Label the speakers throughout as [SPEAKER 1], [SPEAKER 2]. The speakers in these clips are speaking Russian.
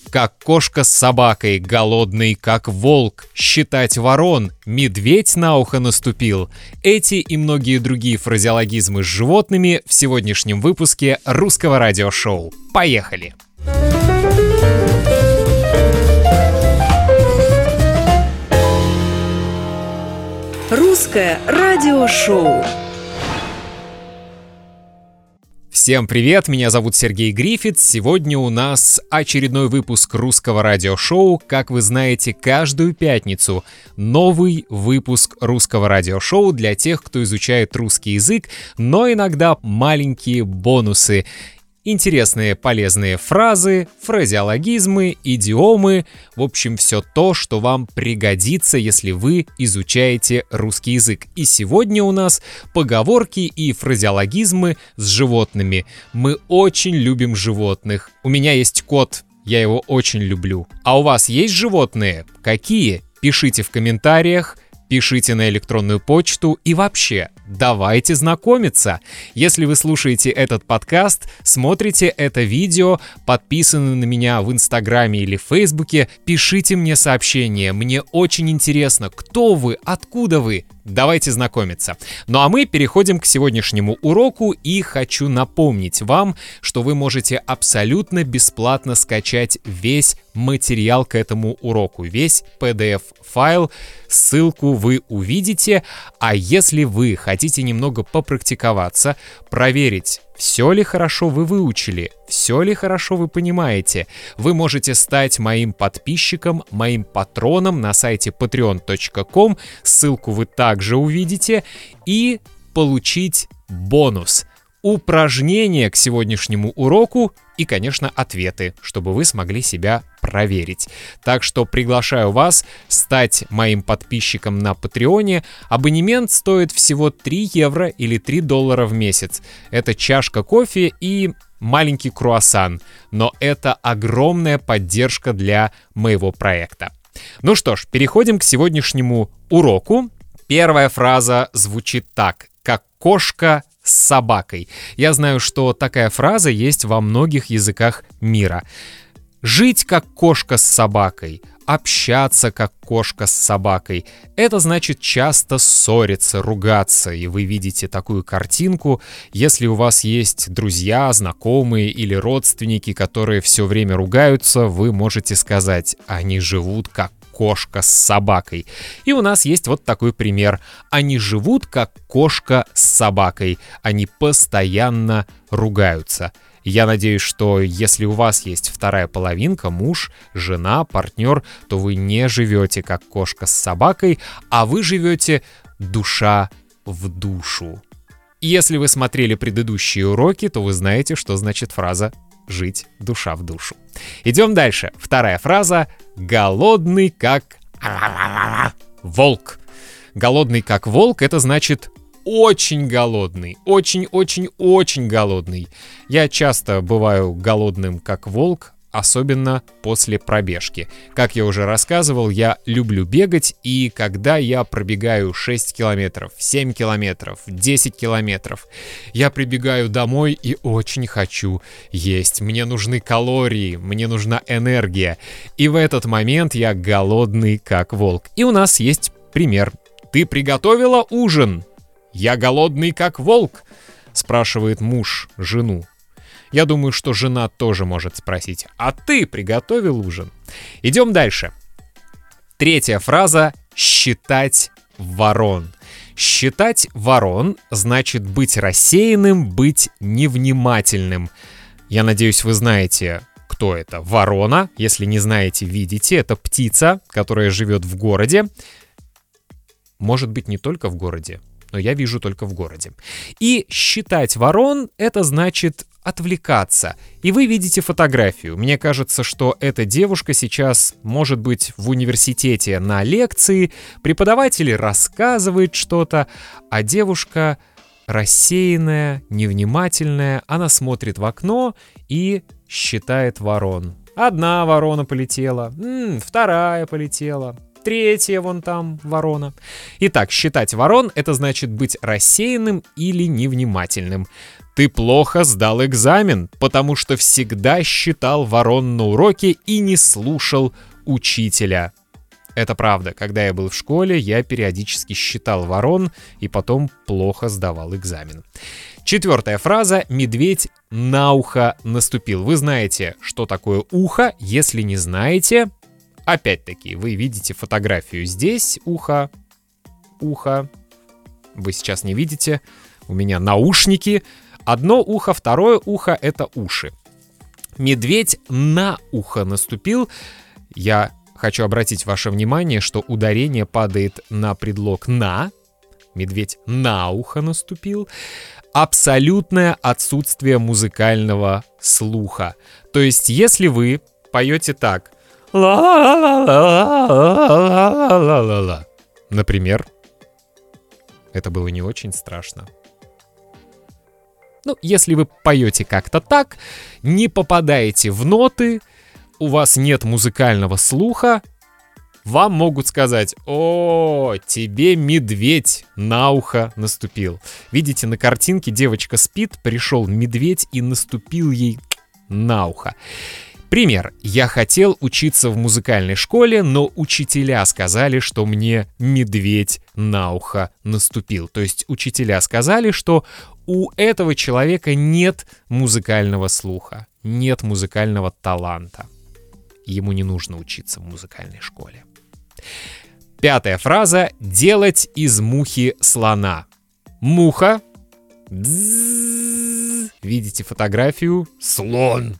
[SPEAKER 1] как кошка с собакой, голодный как волк, считать ворон, медведь на ухо наступил. Эти и многие другие фразеологизмы с животными в сегодняшнем выпуске русского радиошоу. Поехали!
[SPEAKER 2] Русское радиошоу.
[SPEAKER 1] Всем привет, меня зовут Сергей Гриффитс. Сегодня у нас очередной выпуск русского радиошоу. Как вы знаете, каждую пятницу новый выпуск русского радиошоу для тех, кто изучает русский язык, но иногда маленькие бонусы. Интересные полезные фразы, фразеологизмы, идиомы, в общем, все то, что вам пригодится, если вы изучаете русский язык. И сегодня у нас поговорки и фразеологизмы с животными. Мы очень любим животных. У меня есть кот, я его очень люблю. А у вас есть животные? Какие? Пишите в комментариях. Пишите на электронную почту и вообще, давайте знакомиться. Если вы слушаете этот подкаст, смотрите это видео, подписаны на меня в Инстаграме или Фейсбуке, пишите мне сообщения. Мне очень интересно, кто вы, откуда вы. Давайте знакомиться. Ну а мы переходим к сегодняшнему уроку, и хочу напомнить вам, что вы можете абсолютно бесплатно скачать весь материал к этому уроку, весь PDF-файл, ссылку вы увидите. А если вы хотите немного попрактиковаться, проверить, все ли хорошо вы выучили, все ли хорошо вы понимаете, вы можете стать моим подписчиком, моим патроном на сайте patreon.com, ссылку вы также увидите, и получить бонус. Упражнения к сегодняшнему уроку и, конечно, ответы, чтобы вы смогли себя проверить. Так что приглашаю вас стать моим подписчиком на Патреоне. Абонемент стоит всего 3 евро или $3 в месяц. Это чашка кофе и маленький круассан. Но это огромная поддержка для моего проекта. Ну что ж, переходим к сегодняшнему уроку. Первая фраза звучит так: как кошка с собакой. Я знаю, что такая фраза есть во многих языках мира. Жить как кошка с собакой, общаться как кошка с собакой — это значит часто ссориться, ругаться. И вы видите такую картинку, если у вас есть друзья, знакомые или родственники, которые все время ругаются, вы можете сказать: они живут как кошка с собакой. И у нас есть вот такой пример. Они живут как кошка с собакой. Они постоянно ругаются. Я надеюсь, что если у вас есть вторая половинка, муж, жена, партнер, то вы не живете как кошка с собакой, а вы живете душа в душу. Если вы смотрели предыдущие уроки, то вы знаете, что значит фраза «жить душа в душу». Идем дальше. Вторая фраза: голодный как волк. Голодный как волк — это значит очень голодный, очень-очень-очень голодный. Я часто бываю голодным как волк, особенно после пробежки. Как я уже рассказывал, я люблю бегать, и когда я пробегаю 6 километров, 7 километров, 10 километров, я прибегаю домой и очень хочу есть. Мне нужны калории, мне нужна энергия. И в этот момент я голодный как волк. И у нас есть пример. Ты приготовила ужин? Я голодный как волк, спрашивает муж жену. Я думаю, что жена тоже может спросить: а ты приготовил ужин? Идем дальше. Третья фраза: считать ворон. Считать ворон значит быть рассеянным, быть невнимательным. Я надеюсь, вы знаете, кто это. Ворона, если не знаете, видите, это птица, которая живет в городе. Может быть, не только в городе, но я вижу только в городе. И считать ворон — это значит отвлекаться. И вы видите фотографию. Мне кажется, что эта девушка сейчас может быть в университете на лекции, преподаватель рассказывает что-то, а девушка рассеянная, невнимательная, она смотрит в окно и считает ворон. Одна ворона полетела, вторая полетела, третья вон там ворона. Итак, считать ворон — это значит быть рассеянным или невнимательным. Ты плохо сдал экзамен, потому что всегда считал ворон на уроке и не слушал учителя. Это правда. Когда я был в школе, я периодически считал ворон и потом плохо сдавал экзамен. 4-я фраза. Медведь на ухо наступил. Вы знаете, что такое ухо. Если не знаете, опять-таки, вы видите фотографию здесь. Ухо. Вы сейчас не видите. У меня наушники. Одно ухо, второе ухо — это уши. Медведь на ухо наступил. Я хочу обратить ваше внимание, что ударение падает на предлог «на». Медведь на ухо наступил. Абсолютное отсутствие музыкального слуха. То есть, если вы поете так, ла-ла-ла-ла-ла-ла-ла-ла, например, это было не очень страшно. Ну, если вы поете как-то так, не попадаете в ноты, у вас нет музыкального слуха, вам могут сказать: «О, тебе медведь на ухо наступил». Видите, на картинке девочка спит, пришел медведь и наступил ей на ухо. Пример. Я хотел учиться в музыкальной школе, но учителя сказали, что мне медведь на ухо наступил. То есть учителя сказали, что у этого человека нет музыкального слуха, нет музыкального таланта. Ему не нужно учиться в музыкальной школе. 5-я фраза. Делать из мухи слона. Муха. Бззз. Видите фотографию? Слон.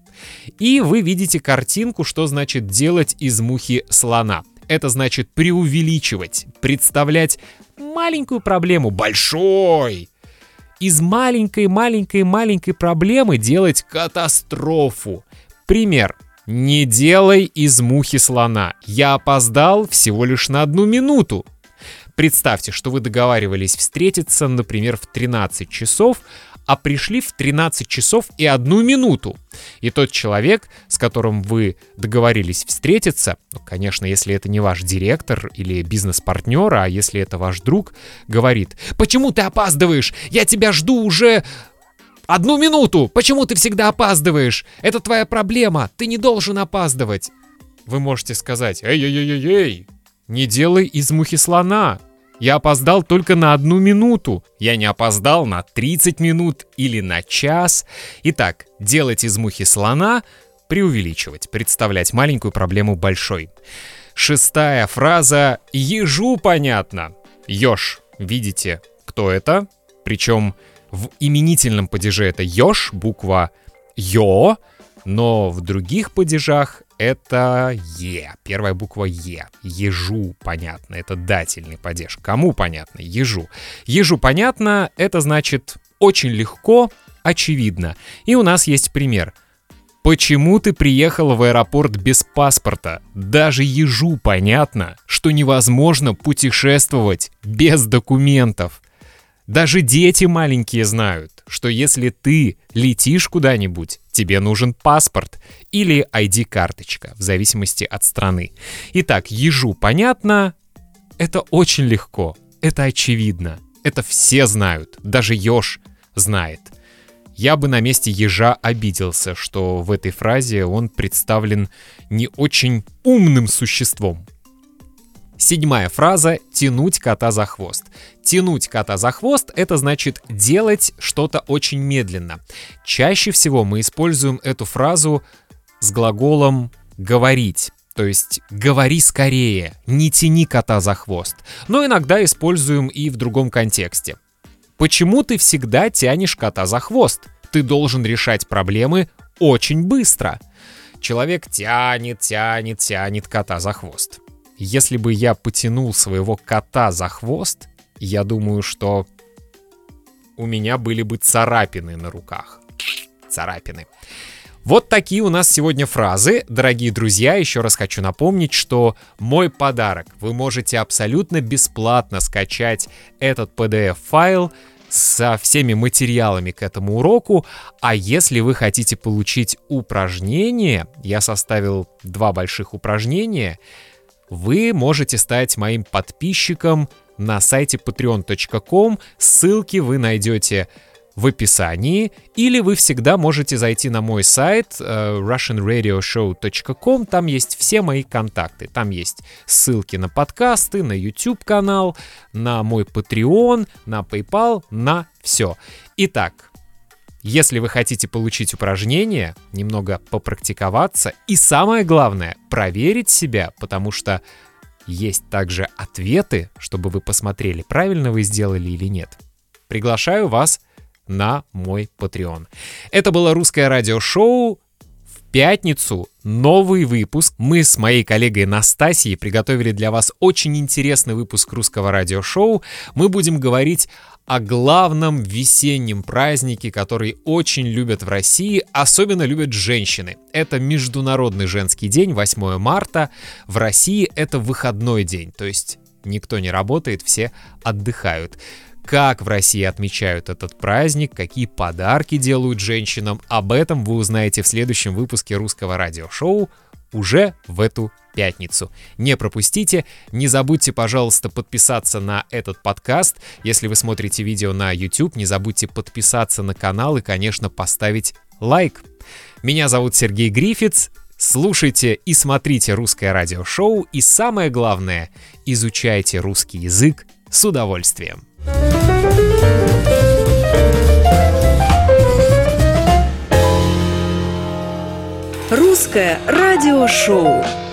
[SPEAKER 1] И вы видите картинку, что значит делать из мухи слона. Это значит преувеличивать, представлять маленькую проблему большой. Из маленькой проблемы делать катастрофу. Пример. Не делай из мухи слона. Я опоздал всего лишь на 1 минуту. Представьте, что вы договаривались встретиться, например, в 13 часов, а пришли в 13 часов и 1 минуту. И тот человек, с которым вы договорились встретиться, ну, конечно, если это не ваш директор или бизнес-партнер, а если это ваш друг, говорит: «Почему ты опаздываешь? Я тебя жду уже 1 минуту! Почему ты всегда опаздываешь? Это твоя проблема, ты не должен опаздывать!» Вы можете сказать: «Эй, не делай из мухи слона! Я опоздал только на 1 минуту. Я не опоздал на 30 минут или на час». Итак, делать из мухи слона — преувеличивать, представлять маленькую проблему большой. 6-я фраза. Ежу понятно. Ёж. Видите, кто это? Причем в именительном падеже это еж, буква Ё, но в других падежах это Е, первая буква Е. Ежу понятно, это дательный падеж. Кому понятно? Ежу. Ежу понятно, это значит очень легко, очевидно. И у нас есть пример. Почему ты приехал в аэропорт без паспорта? Даже ежу понятно, что невозможно путешествовать без документов. Даже дети маленькие знают, что если ты летишь куда-нибудь, тебе нужен паспорт или ID-карточка, в зависимости от страны. Итак, ежу понятно, это очень легко, это очевидно, это все знают, даже еж знает. Я бы на месте ежа обиделся, что в этой фразе он представлен не очень умным существом. 7-я фраза — тянуть кота за хвост. Тянуть кота за хвост — это значит делать что-то очень медленно. Чаще всего мы используем эту фразу с глаголом «говорить». То есть «говори скорее», «не тяни кота за хвост». Но иногда используем и в другом контексте. Почему ты всегда тянешь кота за хвост? Ты должен решать проблемы очень быстро. Человек тянет кота за хвост. Если бы я потянул своего кота за хвост, я думаю, что у меня были бы царапины на руках. Царапины. Вот такие у нас сегодня фразы. Дорогие друзья, еще раз хочу напомнить, что мой подарок. Вы можете абсолютно бесплатно скачать этот PDF-файл со всеми материалами к этому уроку. А если вы хотите получить упражнения, я составил 2 больших упражнения, вы можете стать моим подписчиком на сайте patreon.com. Ссылки вы найдете в описании, или вы всегда можете зайти на мой сайт russianradioshow.com, там есть все мои контакты, там есть ссылки на подкасты, на YouTube-канал, на мой Patreon, на PayPal, на все. Итак, если вы хотите получить упражнения, немного попрактиковаться и, самое главное, проверить себя, потому что есть также ответы, чтобы вы посмотрели, правильно вы сделали или нет, приглашаю вас на мой Patreon. Это было «Русское радиошоу». В пятницу новый выпуск. Мы с моей коллегой Настасьей приготовили для вас очень интересный выпуск «Русского радиошоу». Мы будем говорить о главном весеннем празднике, который очень любят в России, особенно любят женщины. Это Международный женский день, 8 марта. В России это выходной день, то есть никто не работает, все отдыхают. Как в России отмечают этот праздник, какие подарки делают женщинам, об этом вы узнаете в следующем выпуске «Русского радиошоу» уже в эту пятницу. Не пропустите, не забудьте, пожалуйста, подписаться на этот подкаст. Если вы смотрите видео на YouTube, не забудьте подписаться на канал и, конечно, поставить лайк. Меня зовут Сергей Гриффитс. Слушайте и смотрите «Русское радиошоу» и, самое главное, изучайте русский язык с удовольствием.
[SPEAKER 2] Русское радиошоу.